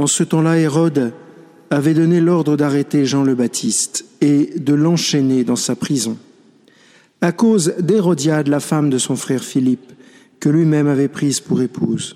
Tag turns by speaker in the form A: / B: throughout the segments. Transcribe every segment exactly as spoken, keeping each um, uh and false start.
A: En ce temps-là, Hérode avait donné l'ordre d'arrêter Jean le Baptiste et de l'enchaîner dans sa prison, à cause d'Hérodiade, la femme de son frère Philippe, que lui-même avait prise pour épouse.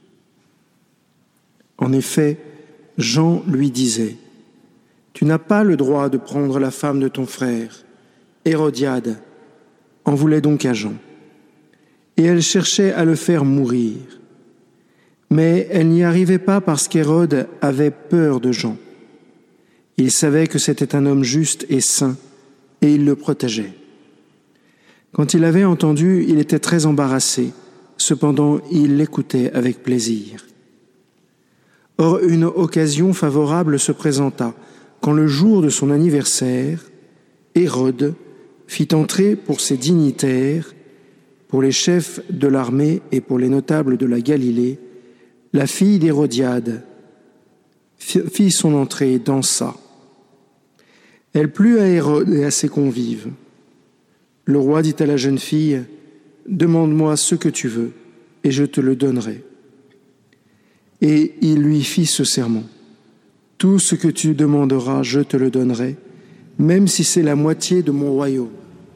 A: En effet, Jean lui disait : « Tu n'as pas le droit de prendre la femme de ton frère. » Hérodiade en voulait donc à Jean, et elle cherchait à le faire mourir. Mais elle n'y arrivait pas parce qu'Hérode avait peur de Jean. Il savait que c'était un homme juste et saint, et il le protégeait. Quand il l'avait entendu, il était très embarrassé. Cependant, il l'écoutait avec plaisir. Or, une occasion favorable se présenta, quand le jour de son anniversaire, Hérode fit entrer pour ses dignitaires, pour les chefs de l'armée et pour les notables de la Galilée, la fille d'Hérodiade fit son entrée et dansa. Elle plut à Hérode et à ses convives. Le roi dit à la jeune fille : « Demande-moi ce que tu veux, et je te le donnerai. » Et il lui fit ce serment : « Tout ce que tu demanderas, je te le donnerai, même si c'est la moitié de mon royaume. »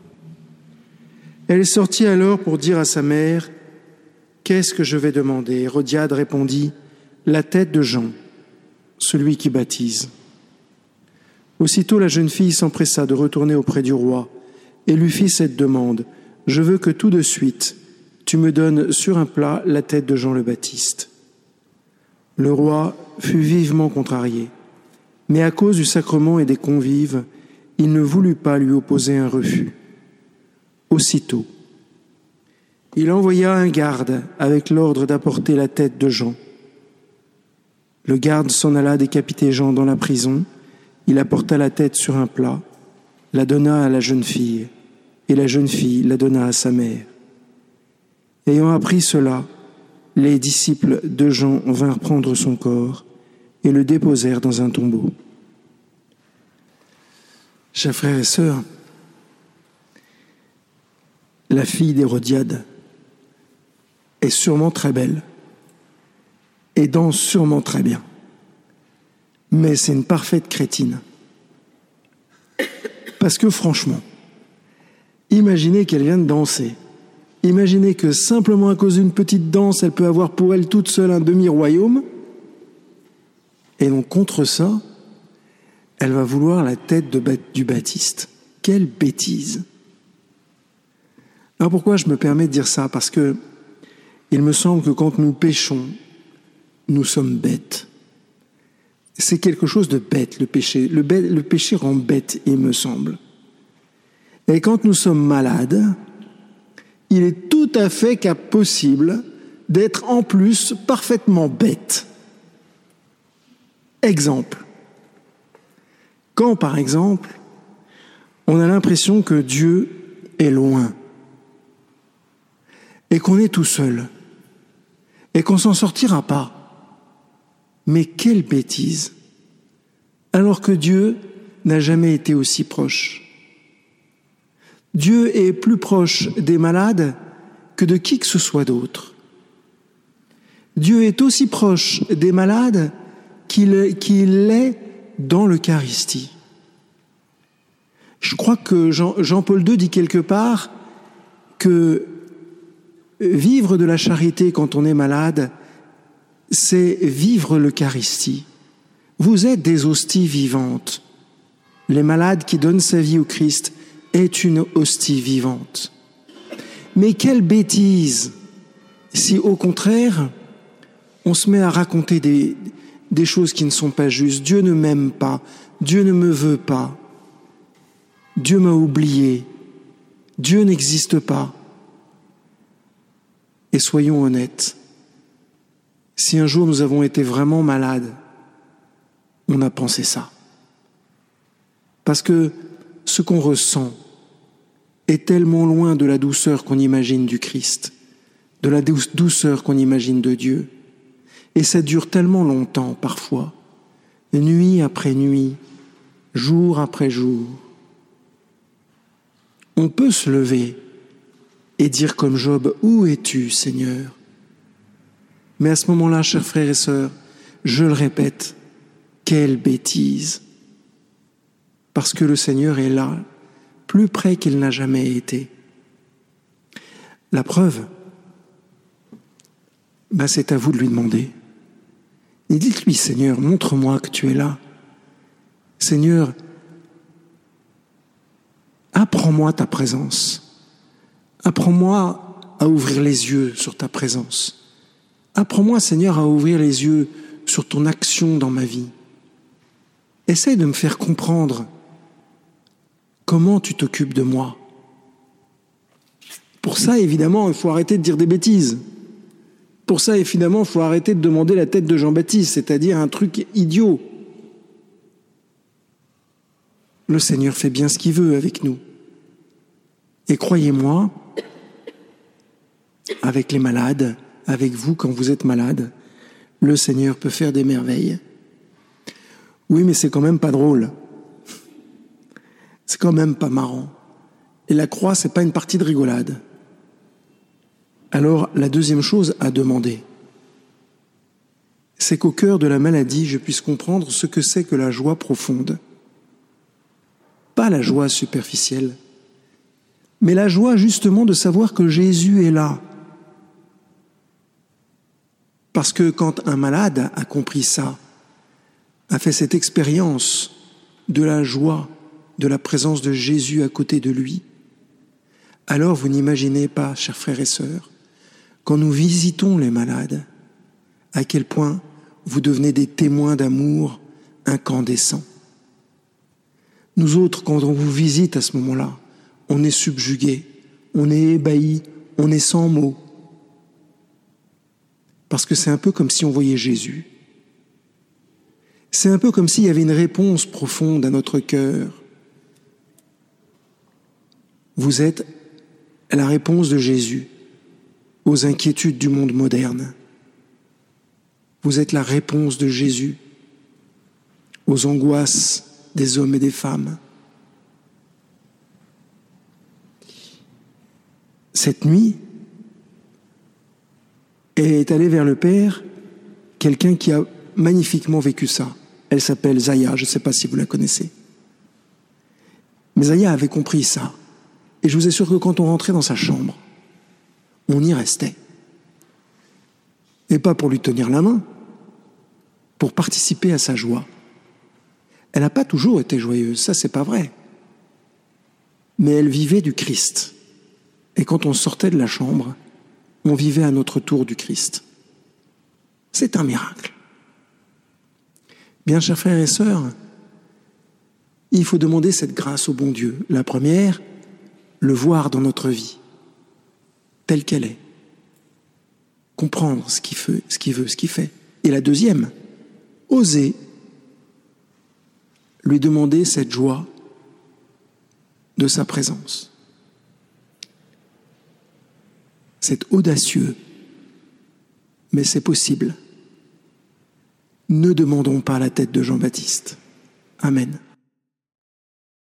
A: Elle sortit alors pour dire à sa mère : « Qu'est-ce que je vais demander ?» Hérodiade répondit : « La tête de Jean, celui qui baptise. » Aussitôt la jeune fille s'empressa de retourner auprès du roi et lui fit cette demande : « Je veux que tout de suite tu me donnes sur un plat la tête de Jean le Baptiste. » Le roi fut vivement contrarié, mais à cause du sacrement et des convives, il ne voulut pas lui opposer un refus. Aussitôt, il envoya un garde avec l'ordre d'apporter la tête de Jean. Le garde s'en alla décapiter Jean dans la prison. Il apporta la tête sur un plat, la donna à la jeune fille, et la jeune fille la donna à sa mère. Ayant appris cela, les disciples de Jean vinrent prendre son corps et le déposèrent dans un tombeau. Chers frères et sœurs, la fille d'Hérodiade est sûrement très belle et danse sûrement très bien, mais c'est une parfaite crétine. Parce que franchement, imaginez qu'elle vient de danser. Imaginez que simplement à cause d'une petite danse, elle peut avoir pour elle toute seule un demi-royaume. Et donc contre ça, elle va vouloir la tête de, du Baptiste. Quelle bêtise! Alors pourquoi je me permets de dire ça? Parce que il me semble que quand nous péchons, nous sommes bêtes. C'est quelque chose de bête, le péché. Le, bête, le péché rend bête, il me semble. Et quand nous sommes malades, il est tout à fait possible d'être en plus parfaitement bête. Exemple. Quand, par exemple, on a l'impression que Dieu est loin et qu'on est tout seul et qu'on s'en sortira pas. Mais quelle bêtise! Alors que Dieu n'a jamais été aussi proche. Dieu est plus proche des malades que de qui que ce soit d'autre. Dieu est aussi proche des malades qu'il, qu'il l'est dans l'Eucharistie. Je crois que Jean, Jean-Paul deux dit quelque part que vivre de la charité quand on est malade, c'est vivre l'Eucharistie. Vous êtes des hosties vivantes. Les malades qui donnent sa vie au Christ est une hostie vivante. Mais quelle bêtise si, au contraire, on se met à raconter des, des choses qui ne sont pas justes. Dieu ne m'aime pas, Dieu ne me veut pas, Dieu m'a oublié, Dieu n'existe pas. Et soyons honnêtes, si un jour nous avons été vraiment malades, on a pensé ça. Parce que ce qu'on ressent est tellement loin de la douceur qu'on imagine du Christ, de la douceur qu'on imagine de Dieu. Et ça dure tellement longtemps, parfois, nuit après nuit, jour après jour. On peut se lever et dire comme Job : « Où es-tu, Seigneur ?» Mais à ce moment-là, chers frères et sœurs, je le répète, quelle bêtise! Parce que le Seigneur est là, plus près qu'il n'a jamais été. La preuve, ben c'est à vous de lui demander. Et dites-lui, Seigneur, montre-moi que tu es là. Seigneur, apprends-moi ta présence. Apprends-moi à ouvrir les yeux sur ta présence. Apprends-moi, Seigneur, à ouvrir les yeux sur ton action dans ma vie. Essaye de me faire comprendre comment tu t'occupes de moi. Pour ça, évidemment, il faut arrêter de dire des bêtises. Pour ça, évidemment, il faut arrêter de demander la tête de Jean-Baptiste, c'est-à-dire un truc idiot. Le Seigneur fait bien ce qu'il veut avec nous. Et croyez-moi, avec les malades, avec vous quand vous êtes malade, le Seigneur peut faire des merveilles. Oui, mais c'est quand même pas drôle. C'est quand même pas marrant. Et la croix, c'est pas une partie de rigolade. Alors, la deuxième chose à demander, c'est qu'au cœur de la maladie, je puisse comprendre ce que c'est que la joie profonde. Pas la joie superficielle, mais la joie justement de savoir que Jésus est là. Parce que quand un malade a compris ça, a fait cette expérience de la joie, de la présence de Jésus à côté de lui, alors vous n'imaginez pas, chers frères et sœurs, quand nous visitons les malades, à quel point vous devenez des témoins d'amour incandescents. Nous autres, quand on vous visite à ce moment-là, on est subjugués, on est ébahis, on est sans mots. Parce que c'est un peu comme si on voyait Jésus. C'est un peu comme s'il y avait une réponse profonde à notre cœur. Vous êtes la réponse de Jésus aux inquiétudes du monde moderne. Vous êtes la réponse de Jésus aux angoisses des hommes et des femmes. Cette nuit, est allé vers le Père quelqu'un qui a magnifiquement vécu ça. Elle s'appelle Zaya, je ne sais pas si vous la connaissez. Mais Zaya avait compris ça. Et je vous assure que quand on rentrait dans sa chambre, on y restait. Et pas pour lui tenir la main, pour participer à sa joie. Elle n'a pas toujours été joyeuse, ça c'est pas vrai. Mais elle vivait du Christ. Et quand on sortait de la chambre, on vivait à notre tour du Christ. C'est un miracle. Bien, chers frères et sœurs, il faut demander cette grâce au bon Dieu. La première, le voir dans notre vie, telle qu'elle est. Comprendre ce qu'il veut, ce qu'il veut, ce qu'il fait. Et la deuxième, oser lui demander cette joie de sa présence. C'est audacieux, mais c'est possible. Ne demandons pas la tête de Jean-Baptiste. Amen.